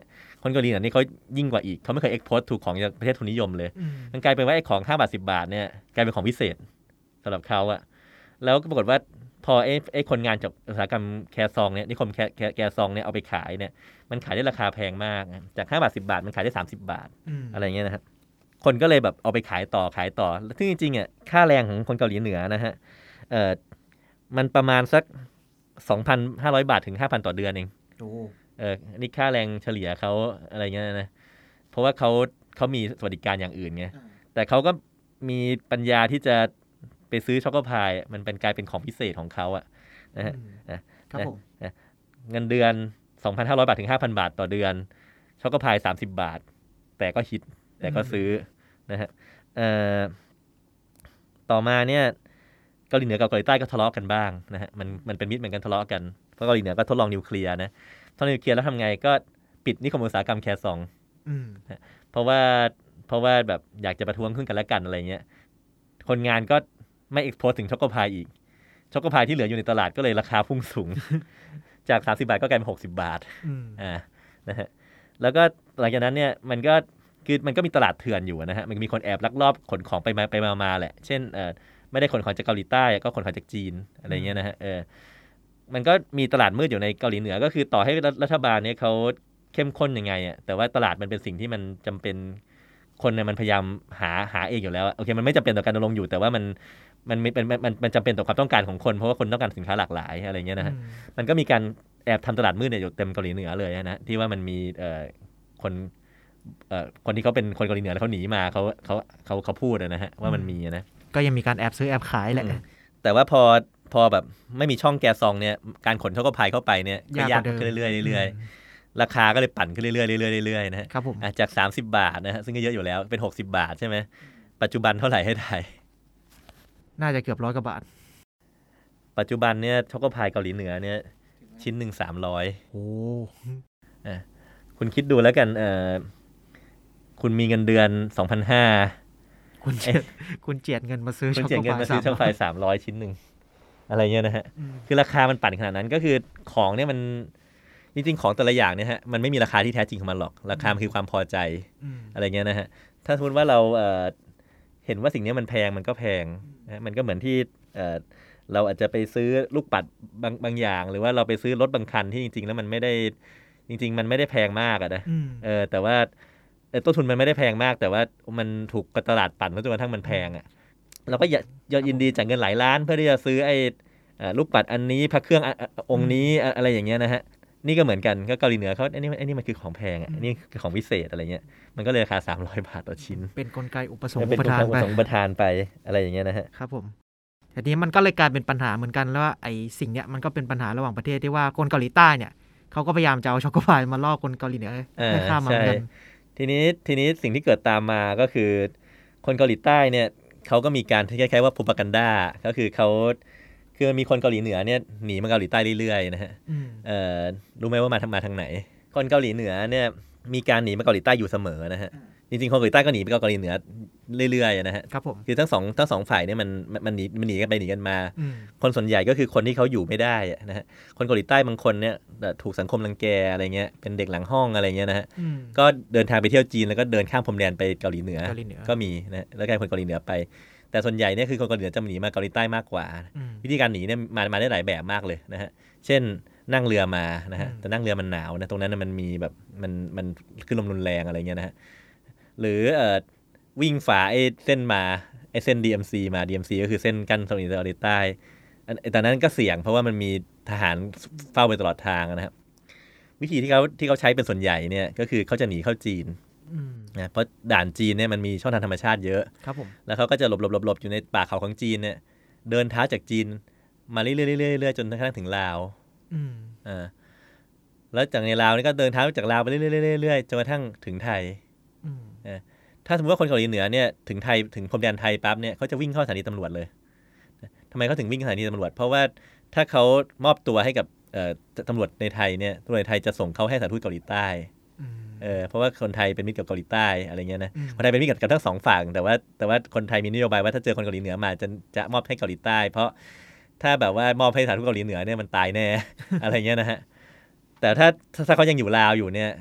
คนเกาหลีเหนือนี่เขายิ่งกว่าอีกเขาไม่เคยเอ็กโพสต์ถูกของจากประเทศทุนนิยมเลยมันกลายเป็นว่าไอ้ของห้าบาทสิบบาทเนี่ยกลายเป็นของพิเศษสำหรับเขาอะแล้วก็ปรากฏว่าพอไอ้ไอ้คนงานจากอุตสาหกรรมแคร์ซองเนี่ยนิคมแคร์แคร์แคร์ซองเนี่ยเอาไปขายเนี่ยมันขายได้ราคาแพงมากจากห้าบาทสิบบาทมันขายได้สามสิบบาทอะไรเงี้ยนะครับคนก็เลยแบบเอาไปขายต่อขายต่อซึ่งจริงๆอ่ะค่าแรงของคนเกาหลีเหนือนะฮะเอ่อมันประมาณสัก สองพันห้าร้อย บาทถึง ห้าพัน ต่อเดือนเองโอ้เออนี่ค่าแรงเฉลี่ยเขาอะไรเงี้ยนะเพราะว่าเขาเขามีสวัสดิการอย่างอื่นไงแต่เขาก็มีปัญญาที่จะไปซื้อช็อกโกพายมันเป็นกลายเป็นของพิเศษของเขาอะนะฮะครับผมเงินเดือน สองพันห้าร้อย บาทถึง ห้าพัน บาทต่อเดือนช็อกโกพายสามสิบบาทแต่ก็ฮิตแต่ก็ซื้อนะฮะเอ่อต่อมาเนี่ยเกาหลีเหนือกับเกาหลีใต้ก็ทะเลาะกันบ้างนะฮะมันมันเป็นมิตรเหมือนกันทะเลาะกันเพราะเกาหลีเหนือก็ทดลองนิวเคลียร์นะทดลองนิวเคลียร์แล้วทำไงก็ปิดนิคมอุตสาหกรรมแคร์ซองเพราะว่าเพราะว่าแบบอยากจะประท้วงขึ้นกันและกันอะไรเงี้ยคนงานก็ไม่เอ็กโพสถึงช็อกโกพายอีกช็อกโกพายที่เหลืออยู่ในตลาดก็เลยราคาพุ่งสูง จากสามสิบบาทก็กลายเป็นหกสิบบาทอ่านะฮะแล้วก็หลังจากนั้นเนี่ยมันก็คือมันก็มีตลาดเถื่อนอยู่นะฮะมันมีคนแอบลักลอบขนของไปมาไปมาๆแหละเช่นเอ่อไม่ได้ขนของจากเกาหลีใต้ก็ขนของจากจีนอะไรเงี้ยนะฮะเออมันก็มีตลาดมืดอยู่ในเกาหลีเหนือก็คือต่อให้รัฐบาลเนี่ยเขาเข้มข้นยังไงอ่ะแต่ว่าตลาดมันเป็นสิ่งที่มันจำเป็นคนเนี่ยมันพยายามหาหาเองอยู่แล้วโอเคมันไม่จำเป็นต่อการดำรงอยู่แต่ว่ามันมันมันมันมันจำเป็นต่อความต้องการของคนเพราะว่าคนต้องการสินค้าหลากหลายอะไรเงี้ยนะฮะมันก็มีการแอบทำตลาดมืดเนี่ยอยู่เต็มเกาหลีเหนือเลยนะที่ว่ามันมีเอ่อคนเอ่อคนที่เขาเป็นคนเกาหลีเหนือแล้วเขาหนีมาเขาเขาเขาเขาพูดนะฮะว่ามันมีนะก็ยังมีการแอบซื้อแอบขายแหละแต่ว่าพอพอแบบไม่มีช่องแกซองเนี่ยการขนช็อกโกพายเข้าไปเนี่ยก็ยากขึ้นเรื่อยๆเรื่อยๆราคาก็เลยปั่นขึ้นเรื่อยๆเรื่อยๆเรื่อยๆนะฮะจากสามสิบบาทนะฮะซึ่งก็เยอะอยู่แล้วเป็นหกสิบบาทใช่ไหมปัจจุบันเท่าไหร่ให้ไทยน่าจะเกือบร้อยกว่าบาทปัจจุบันเนี่ยช็อกโกพายเกาหลีเหนือเนี่ยชิ้นหนึ่งสามร้อยโอ้อ่ะคุณคิดดูแล้วกันเอ่อคุณมีเงินเดือนสองพันห้าคุณเจียดคุณเจียดเงินมาซื้อช็อกโกพายคุณเจียดเงินมาซื้อช็อกโกพายสามร้อยชิ้นหนึ่งอะไรเงี้ยนะฮะคือราคามันปั่นขนาดนั้นก็คือของเนี่ยมันจริงๆของแต่ละอย่างเนี่ยฮะมันไม่มีราคาที่แท้จริงของมันหรอกราคามันคือความพอใจอะไรเงี้ยนะฮะถ้าสมมติว่าเราเอ่อเห็นว่าสิ่งนี้มันแพงมันก็แพงนะมันก็เหมือนที่เอ่อเราอาจจะไปซื้อลูกปัดบางบางอย่างหรือว่าเราไปซื้อรถบางคันที่จริงๆแล้วมันไม่ได้จริงๆมันไม่ได้แพงมากอะนะเออแต่ว่าต้นทุนมันไม่ได้แพงมากแต่ว่ามันถูกตลาดปั่นจนกระทั่งมันแพงอะเราก็อยากยินดีจ่ายเงินหลายล้านเพื่อที่จะซื้อไอ้ลูกปัดอันนี้พระเครื่ององค์นี้อะไรอย่างเงี้ยนะฮะนี่ก็เหมือนกันก็เกาหลีเหนือเขาอันนี้อันนี้มันคือของแพงอ่ะอันนี้คือของพิเศษอะไรเงี้ยมันก็เลยราคาสามร้อยบาทต่อชิ้นเป็นกลไกอุปสงค์อุปทานไปอุปทานไปอะไรอย่างเงี้ยนะฮะครับผมทีนี้มันก็เลยกลายเป็นปัญหาเหมือนกันแล้วว่าไอ้สิ่งเนี้ยมันก็เป็นปัญหาระหว่างประเทศที่ว่าคนเกาหลีใต้เนี่ยเขาก็พยายามจะเอาช็อกโกพายมาล่อคนเกาหลีเหนือให้ข้ามมาเหมือนกันทีนี้ทีนี้สิ่งที่เกิดตามมาก็คือคนเกาหลีใต้เนี่ยเขาก็มีการคล้ายๆว่า propaganda ก็คือเขาคือมีคนเกาหลีเหนือเนี่ยหนีมาเกาหลีใต้เรื่อยๆนะฮะเอ่อรู้ไหมว่ามาทางมาทางไหนคนเกาหลีเหนือเนี่ยมีการหนีมาเกาหลีใต้อยู่เสมอนะฮะจริงๆคนเกาหลีใต้ก็หนีไปเกาหลีเหนือเรื่อยๆนะฮะครับผมคือทั้งสองทั้งสองฝ่ายเนี่ยมันมันหนีมันหนีกันไปหนีกันมาคนส่วนใหญ่ก็คือคนที่เขาอยู่ไม่ได้นะฮะคนเกาหลีใต้บางคนเนี่ยถูกสังคมรังแกอะไรเงี้ยเป็นเด็กหลังห้องอะไรเงี้ยนะฮะก็เดินทางไปเที่ยวจีนแล้วก็เดินข้ามพรมแดนไปเกาหลีเหนือก็มีนะแล้วกลายเป็นคนเกาหลีเหนือไปแต่ส่วนใหญ่เนี่ยคือคนเกาหลีเหนือจะหนีมาเกาหลีใต้มากกว่าวิธีการหนีเนี่ยมามาได้หลายแบบมากเลยนะฮะเช่นนั่งเรือมานะฮะแต่นั่งเรือมันหนาวนะตรงนั้นมันมีแบบมันมันขึ้นลมรุนแรงอะไรเงี้ยนะฮะหรือเอ่อวิ่งฝ่าไอ้เส้นมาไอ้เส้น ดี เอ็ม ซี มา ดี เอ็ม ซี ก็คือเส้นกั้นเกาหลีเกาหลีใต้ตอนนั้นก็เสี่ยงเพราะว่ามันมีทหารเฝ้าไปตลอดทางนะครับวิธีที่เขาที่เขาใช้เป็นส่วนใหญ่เนี่ยก็คือเขาจะหนีเข้าจีนนะเพราะด่านจีนเนี่ยมันมีช่องทางธรรมชาติเยอะครับผมแล้วเขาก็จะหลบหลบหลบหลบอยู่ในป่าเขาของจีนเนี่ยเดินเท้าจากจีนมาเรื่อยๆเรื่อยๆเรื่อยๆจนกระทั่งถึงลาวอ่าแล้วจากในลาวนี่ก็เดินเท้าจากลาวไปเรื่อยๆเรื่อยๆจนกระทั่งถึงไทยอ่าถ้าสมมติว่าคนเกาหลีเหนือเนี่ยถึงไทยถึงพรมแดนไทยปั๊บเนี่ยเขาจะวิ่งเข้าสถานีตำรวจเลยทำไมเขาถึงวิ่งเข้าสถานีตำรวจเพราะว่าถ้าเขามอบตัวให้กับตำรวจในไทยเนี่ยตำรวจในไทยจะส่งเขาให้สถานทูตเกาหลีใต้เออเพราะว่าคนไทยเป็นมิตรกับเกาหลีใต้อะไรเงี้ยนะคนไทยเป็นมิตรกับทั้งสองฝั่งแต่ว่าแต่ว่าคนไทยมีนโยบายว่าถ้าเจอคนเกาหลีเหนือมาจะจะมอบให้เกาหลีใต้เพราะถ้าแบบว่ามอบให้สถานทูตเกาหลีเหนือเนี่ยมันตายแน่ อะไรเงี้ยนะฮะแต่ถ้าถ้าเขายังอยู่ลาวอยู่เนี่ย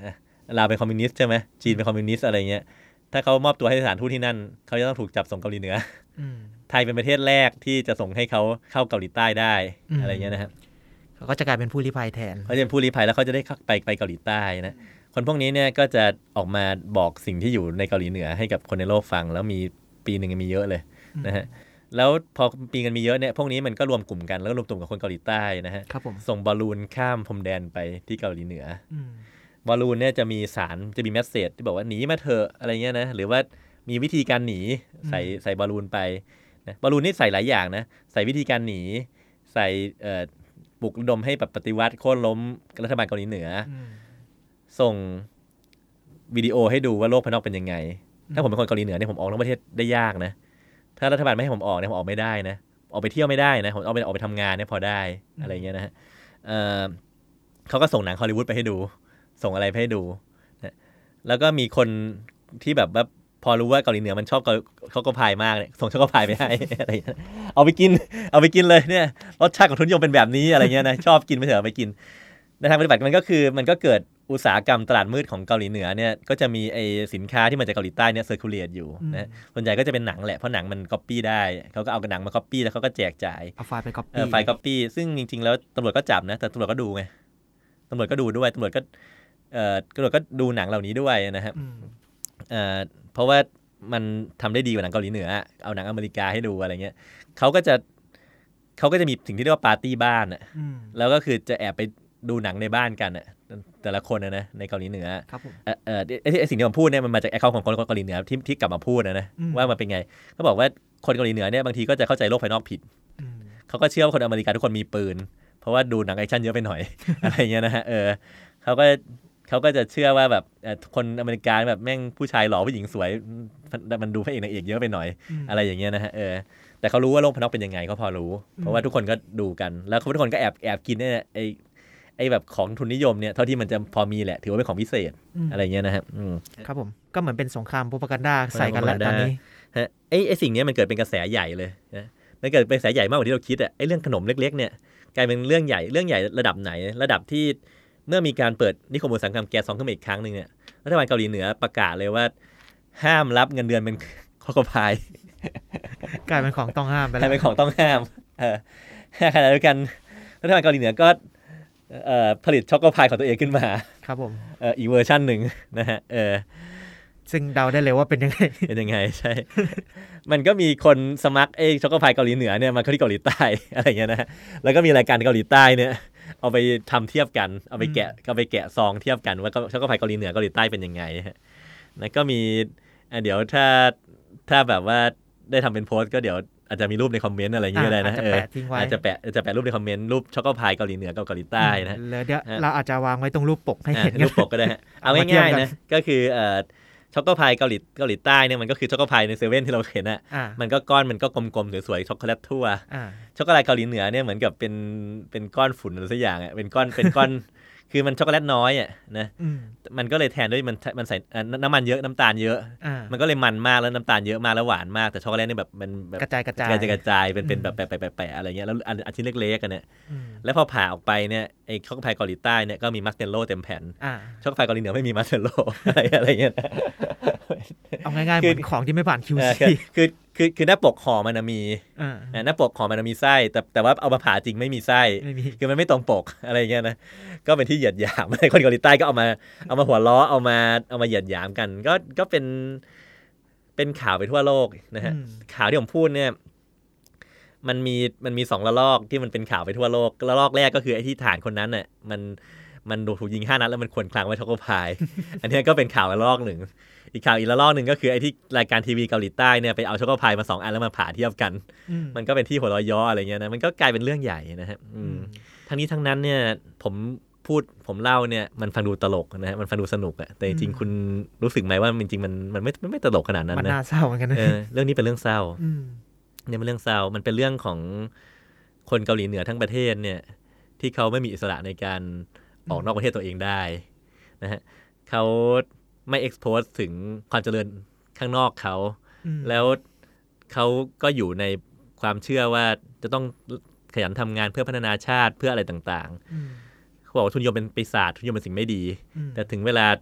ลาวเป็นคอมมิวนิสต์ใช่ไหมจีนเป็นคอมมิวนิสต์อะไรเงี้ยถ้าเขามอบตัวให้สถานทูตที่นั่นเขาจะต้องถูกจับส่งเกาหลีเหนือไทยเป็นประเทศแรกที่จะส่งให้เขาเข้าเกาหลีใต้ได้อะไรเงี้ยนะครับเขาก็จะกลายเป็นผู้ลี้ภัยแทนเขาจะเป็นผู้ลี้ภัยแล้วเขาจะได้ไปไปเกาหลีใต้นะคนพวกนี้เนี่ยก็จะออกมาบอกสิ่งที่อยู่ในเกาหลีเหนือให้กับคนในโลกฟังแล้วมีปีหนึ่งมีเยอะเลยนะฮะแล้วพอปีกันมีเยอะเนี่ยพวกนี้มันก็รวมกลุ่มกันแล้วก็รวมกลุ่มกับคนเกาหลีใต้นะฮะส่งบอลลูนข้ามพรมแดนไปที่เกาหลีเหนือบอลลูนเนี่ยจะมีสารจะมีเมสเสจที่บอกว่าหนีมาเถอะอะไรเงี้ยนะหรือว่ามีวิธีการหนีใส่ใส่บอลลูนไปนะบอลลูนนี่ใส่หลายอย่างนะใส่วิธีการหนีใส่เอ่อปลุกระดมให้แบบปฏิวัติโค่นล้มรัฐบาลเกาหลีเหนือส่งวิดีโอให้ดูว่าโลกภายนอกเป็นยังไงถ้าผมเป็นคนเกาหลีเหนือเนี่ยผมออกนอกประเทศได้ยากนะถ้ารัฐบาลไม่ให้ผมออกเนี่ยผมออกไม่ได้นะออกไปเที่ยวไม่ได้นะผมออกไปออกไปทำงานเนี่ยพอได้อะไรเงี้ยนะฮะเอ่อเขาก็ส่งหนังฮอลลีวูดไปให้ดูส่งอะไรไปให้ดูนะแล้วก็มีคนที่แบบว่าพอรู้ว่าเกาหลีเหนือมันชอบช็อกโกพายมากเนี่ยส่งช็อกโกพายไปให้อะไรเงี้ยเอาไปกินเอาไปกินเลยเนี่ยรสชาติของทุนนิยมเป็นแบบนี้อะไรเงี้ยนะชอบกินไปเถอะไปกินในทางปฏิบัติมันก็คือมันก็เกิดอุตสาหกรรมตลาดมืดของเกาหลีเหนือเนี่ยก็จะมีไอสินค้าที่มาจากเกาหลีใต้เนี่ยเซอร์คูลเลตอยู่นะส่วนใหญ่ก็จะเป็นหนังแหละเพราะหนังมันก๊อปปี้ได้เขาก็เอากระหนังมาก๊อปปี้แล้วเขาก็แจกจ่ายเอาไฟล์ไปก๊อปปี้เออไฟล์ก๊อปปี้ซึ่งจริงๆแล้วตำรวจก็จับนะแต่ตำรวจก็ดูไงตำรวจก็ดูด้วยตำรวจก็เอ่อตำรวจก็ดูหนังเหล่านี้ด้วยนะครับเอ่อเพราะว่ามันทำได้ดีกว่าหนังเกาหลีเหนือเอาหนังอเมริกาให้ดูอะไรเงี้ยเขาก็จะเขาก็จะมีสิ่งที่เรียกว่าปาร์ตี้บ้านอ่ะแล้วก็คือจะแอบไปดูหนังในบ้านกันอ่ะแต่ละคนนะนะในเกาหลีเหนือครับผมเอ่อเอ่อไอ้สิ่งที่ผมพูดเนี่ยมันมาจากแอคเคาท์ของคนเกาหลีเหนือที่ที่กลับมาพูดนะนะว่ามันเป็นไงเขาบอกว่าคนเกาหลีเหนือเนี่ยบางทีก็จะเข้าใจโลกภายนอกผิดเขาก็เชื่อว่าคนอเมริกาทุกคนมีปืนเพราะว่าดูหนังแอคชั่นเยอะไปหน่อย อะไรเงี้ยนะฮะเออเขาก็เขาก็จะเชื่อว่าแบบคนอเมริกาแบบแม่งผู้ชายหล่อผู้หญิงสวยมันดูพระเอกนางเอกเยอะไปหน่อยอะไรอย่างเงี้ยนะฮะเออแต่เขารู้ว่าโลกภายนอกเป็นยังไงเขาพอรู้เพราะว่าทุกคนก็ดูกันแล้วทุกคนก็แอบแอบกินเนี่ยไอไอ้แบบของทุนนิยมเนี่ยเท่าที่มันจะพอมีแหละถือว่าเป็นของพิเศษอะไรเงี้ยนะครับครับผมก็เหมือนเป็นสงครามโพรพากันดาใส่กันแล้วตอนนี้ฮะไอ้ไอ้สิ่งนี้มันเกิดเป็นกระแสใหญ่เลยนะมันเกิดเป็นกระแสใหญ่มากกว่าที่เราคิดอ่ะไอ้เรื่องขนมเล็กๆเนี่ยกลายเป็นเรื่องใหญ่เรื่องใหญ่ระดับไหนระดับที่เมื่อมีการเปิดนิคมอุตสาหกรรมแก๊สซองขึ้นมาอีกครั้งนึงเนี่ยรัฐบาลเกาหลีเหนือประกาศเลยว่าห้ามรับเงินเดือนเป็นข้อกพายกลายเป็นของต้องห้ามไปแล้วกลายเป็นของต้องห้ามเออขณะเดียวกันรัฐบาลเกาหลีเหนือก็เอ่อผลิตช็อกโกพายของตัวเองขึ้นมาครับผมเอ่ออีกเวอร์ชันหนึ่งนะฮะเออซึ่งเดาได้เลยว่าเป็นยังไงเป็นยังไงใช่มันก็มีคนสมัครไอ้ช็อกโกพายเกาหลีเหนือเนี่ยมาเข้าที่เกาหลีใต้อะไรเงี้ยนะฮะแล้วก็มีรายการเกาหลีใต้เนี่ยเอาไปทำเทียบกันเอาไปแกะเอาไปแกะซองเทียบกันว่าช็อกโกพายเกาหลีเหนือเกาหลีใต้เป็นยังไงฮะแล้วก็มีเดี๋ยวถ้าถ้าแบบว่าได้ทำเป็นโพสต์ก็เดี๋ยวอาจจะมีรูปในคอมเมนต์อะไรอย่างเงี้ยก็ได้นะเอออาจจะแปะจะแปะรูปในคอมเมนต์รูปช็อกโกพายเกาหลีเหนือกับเกาหลีใต้นะแล้วเดี๋ยวเราอาจจะวางไว้ตรงรูปปกให้เห็นรูปปกก็ได้เอาง่ายๆนะก็คือเอ่อช็อกโกพายเกาหลีเกาหลีใต้เนี่ยมันก็คือช็อกโกพายในเซเว่นที่เราเห็นอ่ะมันก็ก้อนมันก็กลมๆสวยๆช็อกโกแลตทั่วช็อกโกแลตเกาหลีเหนือเนี่ยเหมือนกับเป็นเป็นก้อนฝุ่นอะไรสักอย่างอ่ะเป็นก้อนเป็นก้อนคือมันช็อกโกแลตน้อยอ่ะนะมันก็เลยแทนด้วยมันมันใส่น้ำมันเยอะน้ำตาลเยอะมันก็เลยมันมากแล้วน้ำตาลเยอะมากแล้วหวานมากแต่ช็อกโกแลตนี่แบบมันแบบกระจายกระจายกระจายเป็นเป็นแบบแปะๆๆอะไรเงี้ยแล้วอันชิ้นเล็กๆกันเนี่ยแล้วพอผ่าออกไปเนี่ยไอ้ช็อกโกพายเกาหลีใต้เนี่ยก็มีมัสเมลโล่เต็มแผ่นช็อกโกพายเกาหลีเหนือไม่มีมัสเมลโล่อะไรอะไรเงี้ยเอาง่ายๆเหมือนของที่ไม่ผ่าน คิว ซีคือคือคือหน้าปกห่อมันมีหน้าปกห่อมันมีไส้แต่แต่ว่าเอามาผ่าจริงไม่มีไส้คือมันไม่ตรงปกอะไรเงี้ยนะก็เป็นที่เหยียดหยามคนเกาหลีใต้ก็เอามาเอามาหัวล้อเอามาเอามาเหยียดหยามกันก็ก็เป็นเป็นข่าวไปทั่วโลกนะฮะข่าวที่ผมพูดเนี่ยมันมีมันมีสองระลอกที่มันเป็นข่าวไปทั่วโลกระลอกแรกก็คือไอ้ที่ฐานคนนั้นน่ะมันมันถูกยิงห้านัดแล้วมันควนคลางไว้ช็อกโกพายอันนี้ก็เป็นข่าวระลอกหนึ่งอีกข่าวอีกระลอกหนึ่งก็คือไอ้ที่รายการทีวีเกาหลีใต้เนี่ยไปเอาช็อกโกพายมาสองอันแล้วมาผ่าเทียบกันมันก็เป็นที่หัวเราะย้ออะไรเงี้ยนะมันก็กลายเป็นเรื่องใหญ่นะฮะทั้งนี้ทั้งนั้นเนี่ยผมพูดผมเล่าเนี่ยมันฟังดูตลกนะฮะมันฟังดูสนุกอะแต่จริงๆคุณรู้สึกไหมว่าจริงๆมันมันไม่มันไม่ตลกขนาดนั้นนะมันน่าเศร้าเหมือนกันนะเรื่องนี้เป็นเรื่องเศร้าเนี่ยเป็นเรื่องเศร้ามันเป็นเรื่องของคนเกาหลีเหนือทั้งประเทศเนี่ยที่เขาไม่มีอิสระในการออกนอกประเทศตัวเองได้นะฮะเขาไม่ expose ถึงความเจริญข้างนอกเขาแล้วเขาก็อยู่ในความเชื่อว่าจะต้องขยันทำงานเพื่อพัฒนาชาติเพื่ออะไรต่างๆเขาบอกว่าทุนนิยมเป็นปีศาจทุนนิยมเป็นสิ่งไม่ดีแต่ถึงเวลา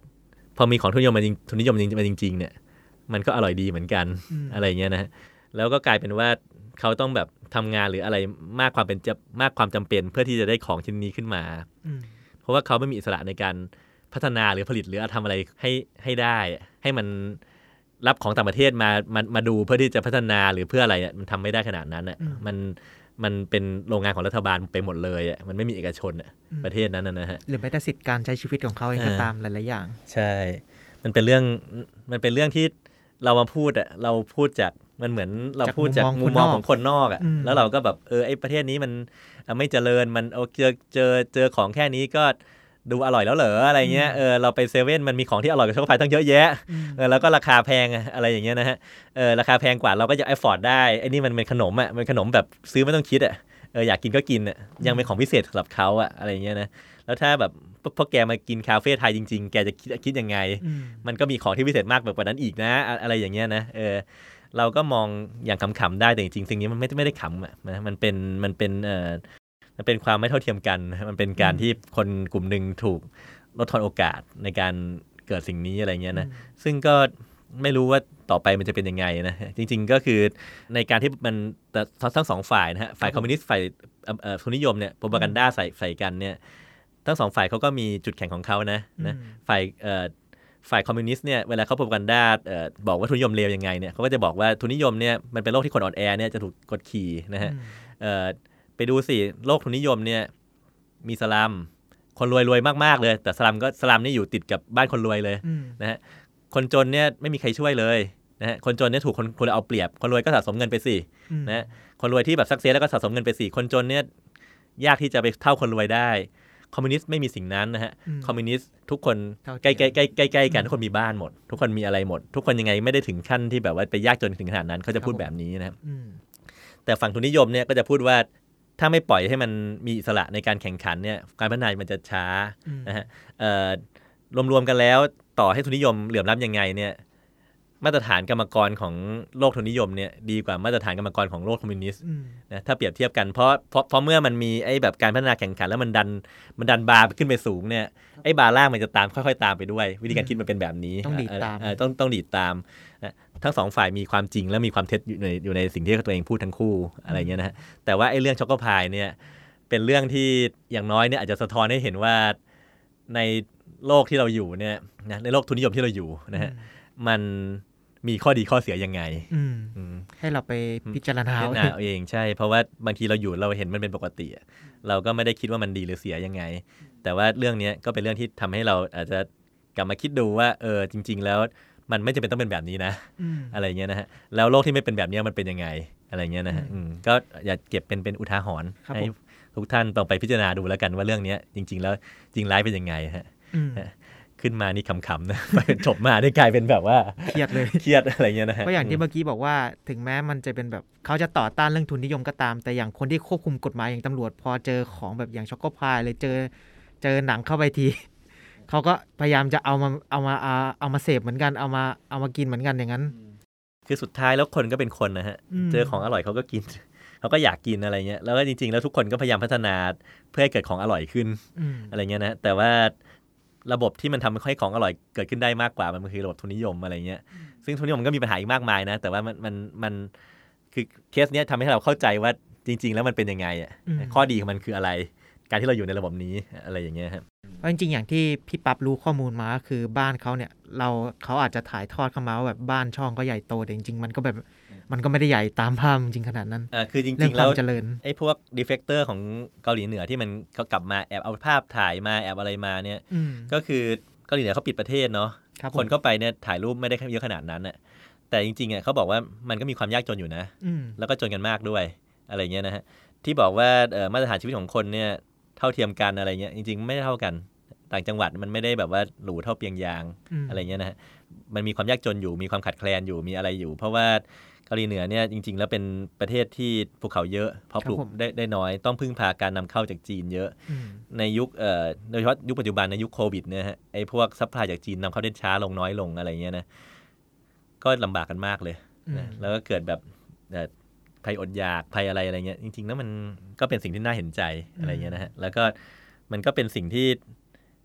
พอมีของทุนนิยมมาจริงทุนนิยมจริงมาจริงๆเนี่ยมันก็อร่อยดีเหมือนกันอะไรเงี้ยนะแล้วก็กลายเป็นว่าเขาต้องแบบทำงานหรืออะไรมากความเป็นจะมากความจำเป็นเพื่อที่จะได้ของชิ้นนี้ขึ้นมาเพราะว่าเขาไม่มีอิสระในการพัฒนาหรือผลิตหรือทำอะไรให้ให้ได้ให้มันรับของต่างประเทศมามามาดูเพื่อที่จะพัฒนาหรือเพื่ออะไรอ่ะมันทำไม่ได้ขนาดนั้นอ่ะมันมันเป็นโรงงานของรัฐบาลไปหมดเลยอ่ะมันไม่มีเอกชนอ่ะประเทศนั้นนะฮะหรือแม้แต่สิทธิการใช้ชีวิตของเขาเองก็ตามหลายๆอย่างใช่มันเป็นเรื่องมันเป็นเรื่องที่เรามาพูดอ่ะเราพูดจากมันเหมือนเราพูดจากมุมมองของคนนอกอ่ะแล้วเราก็แบบเออไอ้ประเทศนี้มันไม่เจริญมันโอเจอเจอเจอของแค่นี้ก็ดูอร่อยแล้วเหรออะไรเงี้ยเออเราไปเซเว่นมันมีของที่อร่อยกว่าช็อกโกพายตั้งเยอะแยะเออแล้วก็ราคาแพงอะไรอย่างเงี้ยนะฮะเออราคาแพงกว่าเราก็จะแอฟฟอร์ดได้ไอ้นี่มันเป็นขนมอ่ะมันขนมแบบซื้อไม่ต้องคิดอ่ะเอออยากกินก็กินอ่ะยังเป็นของพิเศษสำหรับเขาอ่ะอะไรเงี้ยนะแล้วถ้าแบบพวกแกมากินคาเฟ่ไทยจริงๆแกจะคิดคิดยังไงมันก็มีของที่พิเศษมากแบบกว่านั้นอีกนะอะไรอย่างเงี้ยนะเออเราก็มองอย่างขำๆได้แต่จริงๆสิ่งนี้มันไม่ไม่ได้ขำอ่ะนะมันเป็นมันเป็นเอ่อมันเป็นความไม่เท่าเทียมกันมันเป็นการที่คนกลุ่มนึงถูกลดทอนโอกาสในการเกิดสิ่งนี้อะไรเงี้ยนะซึ่งก็ไม่รู้ว่าต่อไปมันจะเป็นยังไงนะจริงๆก็คือในการที่มันทั้งสองฝ่ายนะฮะฝ่ายคอมมิวนิสต์ฝ่ายทุนนิยมเนี่ยโปรปากันดาใส่ใส่กันเนี่ยทั้งสองฝ่ายเขาก็มีจุดแข็งของเขานะนะฝ่ายฝ่ายคอมมิวนิสต์เนี่ยเวลาเขาโปรปากันดาบอกว่าทุนนิยมเลวยังไงเนี่ยเขาก็จะบอกว่าทุนนิยมเนี่ยมันเป็นโลกที่คนอ่อนแอเนี่ยจะถูกกดขี่นะฮะไปดูสิโลกทุนนิยมเนี่ยมีสลัมคนรวยรวยมากๆเลยแต่สลัมก็สลัมนี่อยู่ติดกับบ้านคนรวยเลยนะฮะคนจนเนี่ยไม่มีใครช่วยเลยนะฮะคนจนเนี่ยถูกคนคนรวยเอาเปรียบคนรวยก็สะสมเงินไปสินะฮะคนรวยที่แบบซักเซสแล้วก็สะสมเงินไปสิคนจนเนี่ยยากที่จะไปเท่าคนรวยได้คอมมิวนิสต์ไม่มีสิ่งนั้นนะฮะคอมมิวนิสต์ทุกคนใกล้ใกล้ใกล้ใกล้ใกล้กันทุกคนมีบ้านหมดทุกคนมีอะไรหมดทุกคนยังไงไม่ได้ถึงขั้นที่แบบว่าไปยากจนถึงขนาดนั้นเขาจะพูดแบบนี้นะครับแต่ฝั่งทุนนิยมเนี่ยก็จะพูดว่าถ้าไม่ปล่อยให้มันมีอิสระในการแข่งขันเนี่ยการพัฒนามันจะช้านะฮะรวมๆกันแล้วต่อให้ทุนนิยมเหลื่อมล้ำยังไงเนี่ยมาตรฐานกรรมกรของโลกทุนนิยมเนี่ยดีกว่ามาตรฐานกรรมกรของโลกคอมมิวนิสต์นะถ้าเปรียบเทียบกันเพราะเพราะเพราะเมื่อมันมีไอ้แบบการพัฒนาแข่งขันแล้วมันดันมันดันบาร์ขึ้นไปสูงเนี่ยไอ้บาร์ล่างมันจะตามค่อยๆตามไปด้วยวิธีการคิดมันเป็นแบบนี้ต้องดีดตามต้องต้องดีดตามนะทั้งสองฝ่ายมีความจริงและมีความเท็จอยู่ในอยู่ในสิ่งที่ตัวเองพูดทั้งคู่อะไรเงี้ยนะฮะแต่ว่าไอ้เรื่องช็อกโกพายเนี่ยเป็นเรื่องที่อย่างน้อยเนี่ยอาจจะสะท้อนให้เห็นว่าในโลกที่เราอยู่เนี่ยนะในโลกทุนนิยมที่เราอยู่นะฮะมันมีข้อดีข้อเสียยังไงให้เราไปพิจารณาเอาเองใช่เพราะว่าบางทีเราอยู่เราเห็นมันเป็นปกติเราก็ไม่ได้คิดว่ามันดีหรือเสียยังไงแต่ว่าเรื่องนี้ก็เป็นเรื่องที่ทำให้เราอาจจะกลับมาคิดดูว่าเออจริงๆแล้วมันไม่จำเป็นต้องเป็นแบบนี้นะอะไรเงี้ยนะฮะแล้วโลกที่ไม่เป็นแบบนี้มันเป็นยังไงอะไรเงี้ยนะฮะก็อย่าเก็บเป็นเป็นอุทาหรณ์ให้ทุกท่านลองไปพิจารณาดูแล้วกันว่าเรื่องนี้จริงๆแล้วจริงร้ายเป็นยังไงฮะขึ้นมานี่ขำๆนะไปจบมาได้กลายเป็นแบบว่าเครียดเลยเครียดอะไรเงี้ยนะฮะเพราะอย่างที่เมื่อกี้บอกว่าถึงแม้มันจะเป็นแบบเขาจะต่อต้านเรื่องทุนนิยมก็ตามแต่อย่างคนที่ควบคุมกฎหมายอย่างตำรวจพอเจอของแบบอย่างช็อกโกพายเลยเจอเจอหนังเข้าไปทีเขาก็พยายามจะเอามาเอามาเอามาเสพเหมือนกันเอามาเอามากินเหมือนกันอย่างนั้นคือสุดท้ายแล้วคนก็เป็นคนนะฮะเจอของอร่อยเขาก็กินเขาก็อยากกินอะไรเงี้ยแล้วก็จริงๆแล้วทุกคนก็พยายามพัฒนาเพื่อให้เกิดของอร่อยขึ้นอะไรเงี้ยนะแต่ว่าระบบที่มันทำให้ของอร่อยเกิดขึ้นได้มากกว่ามันคือระบบทุนนิยมอะไรเงี้ยซึ่งทุนนิยมมันก็มีปัญหาอีกมากมายนะแต่ว่ามันมันมันคือเคสเนี้ยทำให้เราเข้าใจว่าจริงๆแล้วมันเป็นยังไงอ่ะข้อดีของมันคืออะไรการที่เราอยู่ในระบบนี้อะไรอย่างเงี้ยครับเพราะจริงๆอย่างที่พี่ปั๊บรู้ข้อมูลมาคือบ้านเขาเนี่ยเราเขาอาจจะถ่ายทอดเข้ามาว่าแบบบ้านช่องก็ใหญ่โตแต่จริงๆมันก็แบบมันก็ไม่ได้ใหญ่ตามภาพจริงขนาดนั้นอ่าคือจริงๆแล้วไอ้พวกดีเฟกเตอร์ของเกาหลีเหนือที่มันเขากลับมาแอบเอาภาพถ่ายมาแอบอะไรมาเนี่ยก็คือเกาหลีเหนือเขาปิดประเทศเนาะคนเข้าไปเนี่ยถ่ายรูปไม่ได้เยอะขนาดนั้นน่ะแต่จริงๆอ่ะเขาบอกว่ามันก็มีความยากจนอยู่นะแล้วก็จนกันมากด้วยอะไรเงี้ยนะฮะที่บอกว่ามาตรฐานชีวิตของคนเนี่ยเท่าเทียมกันอะไรเงี้ยจริงๆไม่ได้เท่ากันต่างจังหวัดมันไม่ได้แบบว่าหรูเท่าเปียงยางอะไรเงี้ยนะฮะมันมีความยากจนอยู่มีความขาดแคลนอยู่มีอะไรอยู่เพราะว่าเกาหลีเหนือเนี่ยจริงๆแล้วเป็นประเทศที่ภูเขาเยอะเพราะปลูกได้ได้น้อยต้องพึ่งพาการนำเข้าจากจีนเยอะในยุคเอ่อโดยเฉพาะยุคปัจจุบันในยุคโควิดเนี่ยฮะไอ้พวกซัพพลายจากจีนนำเข้าได้ช้าลงน้อยลงอะไรเงี้ยนะก็ลำบากกันมากเลยนะแล้วก็เกิดแบบภัยอดอยากภัยอะไรอะไรเงี้ยจริงๆแล้วมันก็เป็นสิ่งที่น่าเห็นใจอะไรเงี้ยนะฮะแล้วก็มันก็เป็นสิ่งที่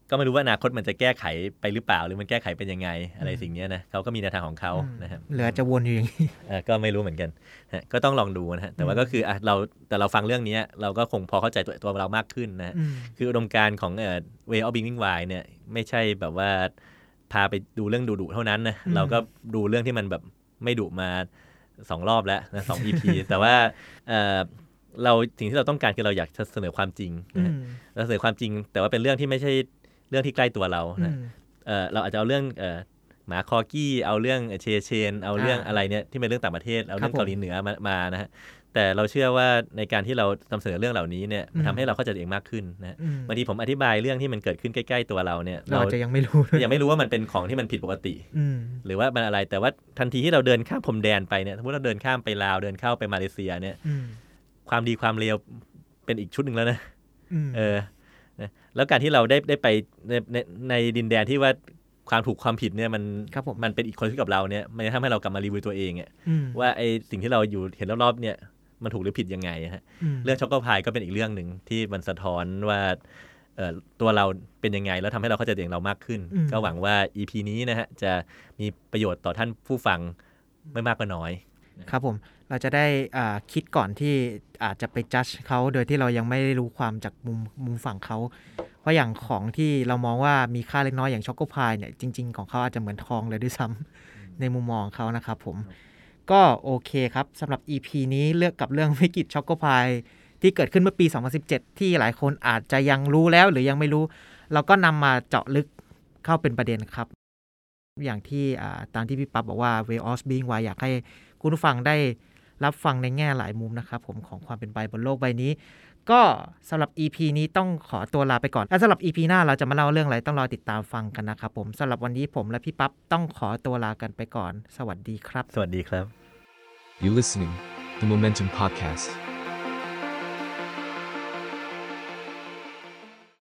ก็ไม่รู้ว่าอนาคตมันจะแก้ไขไปหรือเปล่าหรือมันแก้ไขเป็นยังไงอะไรสิ่งนี้นะเขาก็มีแนวทางของเขานะครับเหลือจะวนอยู่อย่างนี้ก็ไม่รู้เหมือนกันก็ต้องลองดูนะฮะแต่ว่าก็คืออ่ะเราแต่เราฟังเรื่องนี้เราก็คงพอเข้าใจตัวตัวเรามากขึ้นนะคืออุดมการณ์ของเอ่อ Way of Being Wise เนี่ยไม่ใช่แบบว่าพาไปดูเรื่องดุๆเท่านั้นนะเราก็ดูเรื่องที่มันแบบไม่ดุมาสองรอบแล้วนะสอง อี พี แต่ว่าเอ่อเราสิ่งที่เราต้องการคือเราอยากจะเสนอความจริงนะเราเสนอความจริงแต่ว่าเป็นเรื่องที่ไม่ใช่เรื่องที่ใกล้ตัวเรานะเอ่อเราอาจจะเอาเรื่องเอ่อหมาคอกี้เอาเรื่องเชเชนเอาเรื่องอะไรเนี่ยที่เป็นเรื่องต่างประเทศเอาเรื่องเกาหลีเหนือมามานะฮะแต่เราเชื่อว่าในการที่เรานำเสนอเรื่องเหล่านี้เนี่ยมันทำให้เราเข้าใจตัวเองมากขึ้นนะบางทีผมอธิบายเรื่องที่มันเกิดขึ้นใกล้ๆตัวเราเนี่ยเราจะยังไม่รู้ยังไม่รู้ว่ามันเป็นของที่มันผิดปกติหรือว่ามันอะไรแต่ว่าทันทีที่เราเดินข้ามพรมแดนไปเนี่ยสมมติเราเดินข้ามไปลาวเดินเข้าไปมาเลเซียเนี่ยความดีความเลวเป็นอีกชุดหนึ่งแล้วนะเออแล้วการที่เราได้ได้ไปในในในดินแดนที่ว่าความถูกความผิดเนี่ยมันมันเป็นอีกคนที่กับเราเนี่ยมันจะทำให้เรากลับมารีวิวตัวเองอ่ะว่าไอ้สิ่งที่เราอยู่เห็นรอบๆเนี่ยมันถูกหรือผิดยังไงฮะเรื่องช็อกโกพายก็เป็นอีกเรื่องหนึ่งที่มันสะท้อนว่าเอ่อตัวเราเป็นยังไงแล้วทำให้เราเข้าใจตัวเองเรามากขึ้นก็หวังว่า อี พี นี้นะฮะจะมีประโยชน์ต่อท่านผู้ฟังไม่มากก็น้อยครับผมเราจะได้อ่าคิดก่อนที่อาจจะไปจัดเขาโดยที่เรายังไม่ได้รู้ความจากมุมมุมฝั่งเขาเพราะอย่างของที่เรามองว่ามีค่าเล็กน้อยอย่างช็อกโกพายเนี่ยจริงๆของเขาอาจจะเหมือนทองเลยด้วยซ้ำในมุมมองเขานะครับผมก็โอเคครับสำหรับ อี พี นี้เลือกกับเรื่องวิกฤตช็อกโกพายที่เกิดขึ้นเมื่อปีสองพันสิบเจ็ดที่หลายคนอาจจะยังรู้แล้วหรือยังไม่รู้เราก็นำมาเจาะลึกเข้าเป็นประเด็นครับอย่างที่อ่าตามที่พี่ปั๊บบอกว่า Way of Being Wise อยากให้คุณผู้ฟังได้รับฟังในแง่หลายมุมนะครับผมของความเป็นไปบนโลกใบนี้ก็สำหรับ อี พี นี้ต้องขอตัวลาไปก่อนและสำหรับ อี พี หน้าเราจะมาเล่าเรื่องอะไรต้องรอติดตามฟังกันนะครับผมสำหรับวันนี้ผมและพี่ปั๊บต้องขอตัวลากันไปก่อนสวัสดีครับสวัสดีครับ You listening The Momentum Podcast